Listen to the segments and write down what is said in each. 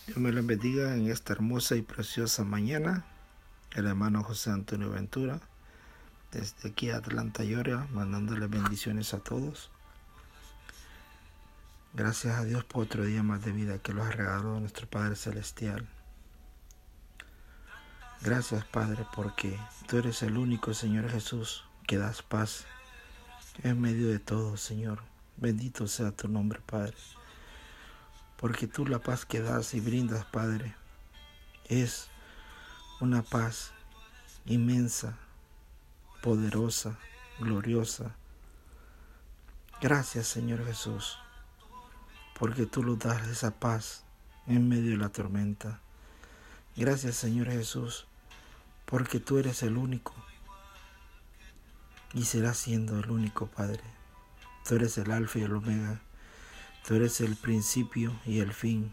Dios me les bendiga en esta hermosa y preciosa mañana. El hermano José Antonio Ventura, desde aquí a Atlanta, Georgia, mandándole bendiciones a todos. Gracias a Dios por otro día más de vida que nos ha regalado nuestro Padre Celestial. Gracias, Padre, porque tú eres el único, Señor Jesús, que das paz en medio de todo, Señor. Bendito sea tu nombre, Padre. Porque tú la paz que das y brindas, Padre, es una paz inmensa, poderosa, gloriosa. Gracias, Señor Jesús, porque tú nos das esa paz en medio de la tormenta. Gracias, Señor Jesús, porque tú eres el único y serás siendo el único, Padre. Tú eres el alfa y el omega. Tú eres el principio y el fin.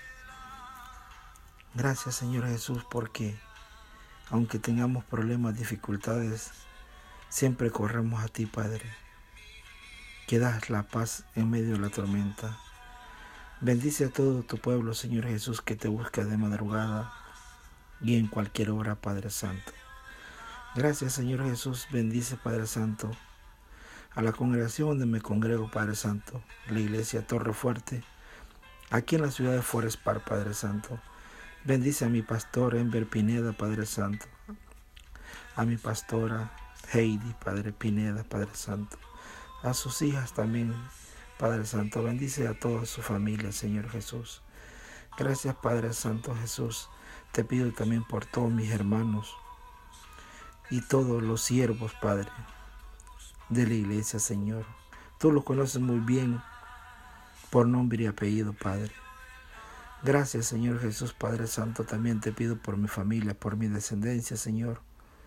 Gracias, Señor Jesús, porque aunque tengamos problemas, dificultades, siempre corremos a ti, Padre, que das la paz en medio de la tormenta. Bendice a todo tu pueblo, Señor Jesús, que te busca de madrugada y en cualquier hora, Padre Santo. Gracias, Señor Jesús. Bendice, Padre Santo, a la congregación donde me congrego, Padre Santo, la iglesia Torre Fuerte, aquí en la ciudad de Forest Park, Padre Santo. Bendice a mi pastor Enver Pineda, Padre Santo, a mi pastora Heidi, Padre Pineda, Padre Santo, a sus hijas también, Padre Santo. Bendice a toda su familia, Señor Jesús. Gracias, Padre Santo Jesús. Te pido también por todos mis hermanos y todos los siervos, Padre, de la iglesia, Señor. Tú los conoces muy bien por nombre y apellido, Padre. Gracias, Señor Jesús, Padre Santo. También te pido por mi familia, por mi descendencia, Señor,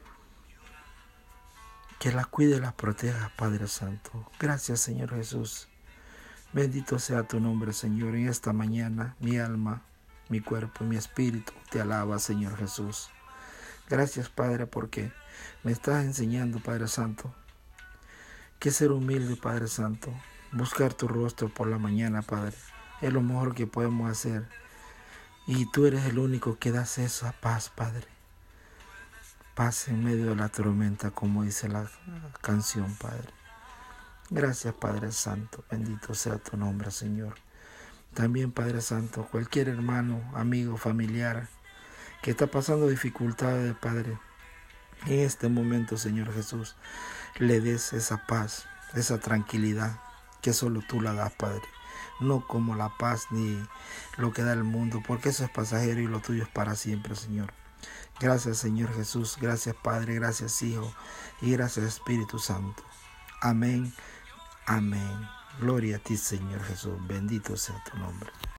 que la cuide y la proteja, Padre Santo. Gracias, Señor Jesús. Bendito sea tu nombre, Señor. En esta mañana mi alma, mi cuerpo y mi espíritu te alaba, Señor Jesús. Gracias, Padre, porque me estás enseñando, Padre Santo, que ser humilde, Padre Santo, buscar tu rostro por la mañana, Padre, es lo mejor que podemos hacer. Y tú eres el único que das esa paz, Padre. Paz en medio de la tormenta, como dice la canción, Padre. Gracias, Padre Santo. Bendito sea tu nombre, Señor. También, Padre Santo, cualquier hermano, amigo, familiar que está pasando dificultades, Padre, en este momento, Señor Jesús, le des esa paz, esa tranquilidad que solo tú la das, Padre. No como la paz ni lo que da el mundo, porque eso es pasajero y lo tuyo es para siempre, Señor. Gracias, Señor Jesús. Gracias, Padre. Gracias, Hijo. Y gracias, Espíritu Santo. Amén. Amén. Gloria a ti, Señor Jesús. Bendito sea tu nombre.